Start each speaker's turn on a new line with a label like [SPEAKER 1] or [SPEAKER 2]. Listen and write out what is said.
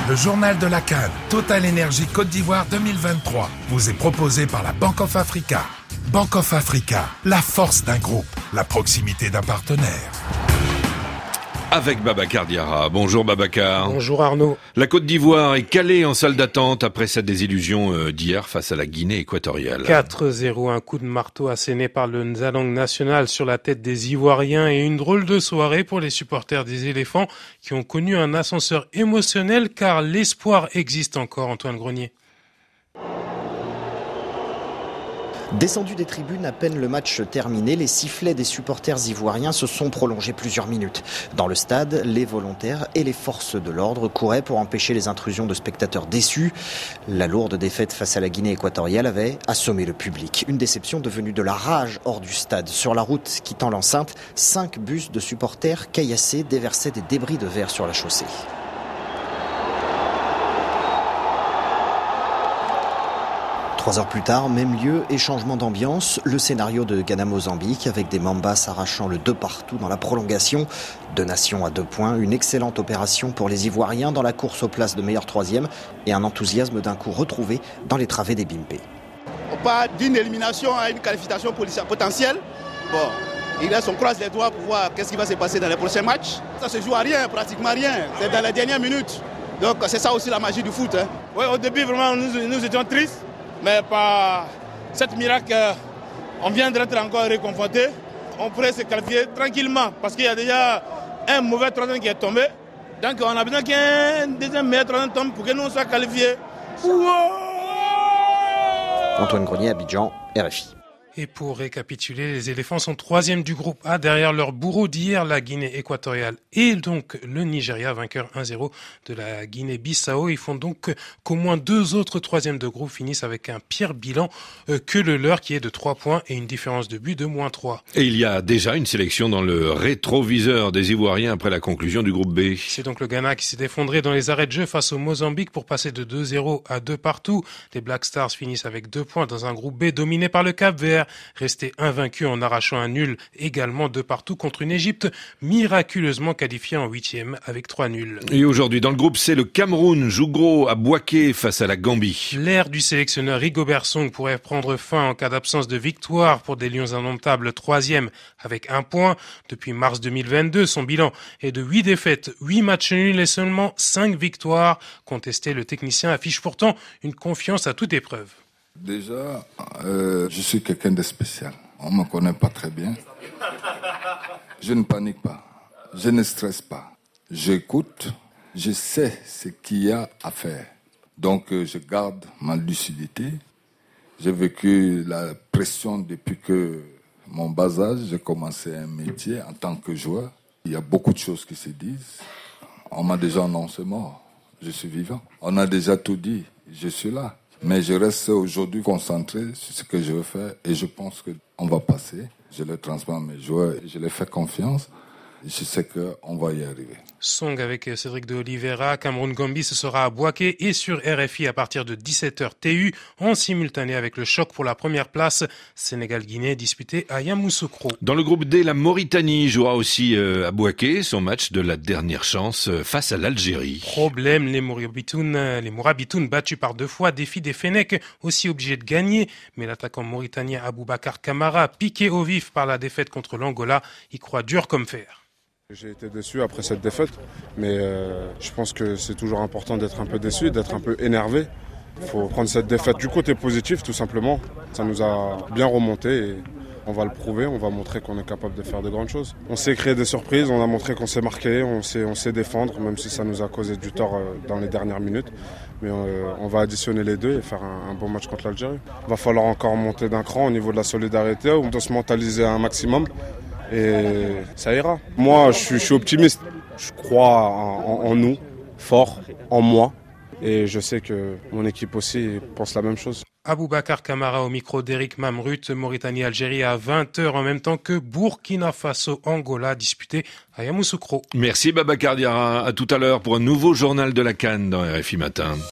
[SPEAKER 1] Le journal de la CAN, Total Énergie Côte d'Ivoire 2023, vous est proposé par la Bank of Africa. Bank of Africa, la force d'un groupe, la proximité d'un partenaire.
[SPEAKER 2] Avec Babacar Diarra. Bonjour Babacar.
[SPEAKER 3] Bonjour Arnaud.
[SPEAKER 2] La Côte d'Ivoire est calée en salle d'attente après sa désillusion d'hier face à la Guinée équatoriale.
[SPEAKER 3] 4-0, un coup de marteau asséné par le Nzalang national sur la tête des Ivoiriens et une drôle de soirée pour les supporters des éléphants qui ont connu un ascenseur émotionnel car l'espoir existe encore, Antoine Grenier.
[SPEAKER 4] Descendu des tribunes à peine le match terminé, les sifflets des supporters ivoiriens se sont prolongés plusieurs minutes. Dans le stade, les volontaires et les forces de l'ordre couraient pour empêcher les intrusions de spectateurs déçus. La lourde défaite face à la Guinée équatoriale avait assommé le public. Une déception devenue de la rage hors du stade. Sur la route quittant l'enceinte, 5 bus de supporters caillassés déversaient des débris de verre sur la chaussée. 3 heures plus tard, même lieu et changement d'ambiance. Le scénario de Ghana-Mozambique avec des Mambas arrachant le 2-partout dans la prolongation. 2 nations à 2 points. Une excellente opération pour les Ivoiriens dans la course aux places de meilleur troisième et un enthousiasme d'un coup retrouvé dans les travées des Bimpé.
[SPEAKER 5] On part d'une élimination à une qualification potentielle. Bon, il reste, on croise les doigts pour voir qu'est-ce qui va se passer dans les prochains matchs. Ça se joue à rien, pratiquement rien. C'est dans les dernières minutes. Donc c'est ça aussi la magie du foot.
[SPEAKER 6] Oui, au début, vraiment, nous étions tristes. Mais par cette miracle, on vient d'être encore réconforté. On pourrait se qualifier tranquillement parce qu'il y a déjà un mauvais troisième qui est tombé. Donc on a besoin qu'un deuxième meilleur troisième tombe pour que nous soyons qualifiés.
[SPEAKER 4] Antoine Grenier, Abidjan, RFI.
[SPEAKER 3] Et pour récapituler, les éléphants sont 3e du groupe A derrière leur bourreau d'hier, la Guinée équatoriale et donc le Nigeria, vainqueur 1-0 de la Guinée-Bissau. Ils font donc qu'au moins 2 autres 3e de groupe finissent avec un pire bilan que le leur qui est de 3 points et une différence de but de -3.
[SPEAKER 2] Et il y a déjà une sélection dans le rétroviseur des Ivoiriens après la conclusion du groupe B.
[SPEAKER 3] C'est donc le Ghana qui s'est effondré dans les arrêts de jeu face au Mozambique pour passer de 2-0 à 2 partout. Les Black Stars finissent avec 2 points dans un groupe B dominé par le Cap-Vert. Resté invaincu en arrachant un nul également 2 partout contre une Égypte miraculeusement qualifiée en 8e avec 3 nuls.
[SPEAKER 2] Et aujourd'hui, dans le groupe C, le Cameroun joue gros à Bouaké face à la Gambie.
[SPEAKER 3] L'ère du sélectionneur Rigobert Song pourrait prendre fin en cas d'absence de victoire pour des Lions indomptables 3e avec 1 point. Depuis mars 2022, son bilan est de 8 défaites, 8 matchs nuls et seulement 5 victoires. Contesté, le technicien affiche pourtant une confiance à toute épreuve.
[SPEAKER 7] Déjà, je suis quelqu'un de spécial. On ne me connaît pas très bien. Je ne panique pas. Je ne stresse pas. J'écoute. Je sais ce qu'il y a à faire. Donc, je garde ma lucidité. J'ai vécu la pression depuis que mon bas âge. J'ai commencé un métier en tant que joueur. Il y a beaucoup de choses qui se disent. On m'a déjà annoncé mort. Je suis vivant. On a déjà tout dit. Je suis là. Mais je reste aujourd'hui concentré sur ce que je veux faire et je pense qu'on va passer. Je le transmets à mes joueurs, je les fais confiance. Je sais qu'on va y arriver.
[SPEAKER 3] Song avec Cédric de Oliveira, Cameroun-Gambie, ce sera à Bouaké et sur RFI à partir de 17h TU en simultané avec le choc pour la première place. Sénégal-Guinée disputé à Yamoussoukro.
[SPEAKER 2] Dans le groupe D, la Mauritanie jouera aussi à Bouaké son match de la dernière chance face à l'Algérie.
[SPEAKER 3] Problème, les Mourabitounes battus par 2 fois défient des Fennecs aussi obligés de gagner. Mais l'attaquant mauritanien Aboubacar Kamara, piqué au vif par la défaite contre l'Angola, y croit dur comme fer.
[SPEAKER 8] J'ai été déçu après cette défaite, mais je pense que c'est toujours important d'être un peu déçu, d'être un peu énervé. Il faut prendre cette défaite du côté positif tout simplement. Ça nous a bien remonté et on va le prouver, on va montrer qu'on est capable de faire de grandes choses. On sait créer des surprises, on a montré qu'on sait marquer, on sait défendre, même si ça nous a causé du tort dans les dernières minutes. Mais on va additionner les deux et faire un bon match contre l'Algérie. Il va falloir encore monter d'un cran au niveau de la solidarité, on doit se mentaliser un maximum. Et ça ira. Moi, je suis optimiste. Je crois en nous, fort, en moi. Et je sais que mon équipe aussi pense la même chose.
[SPEAKER 3] Aboubacar Kamara au micro d'Éric Mamrut, Mauritanie-Algérie à 20h en même temps que Burkina Faso-Angola disputé à Yamoussoukro.
[SPEAKER 2] Merci Babacar Diarra. À tout à l'heure pour un nouveau journal de la CAN dans RFI Matin.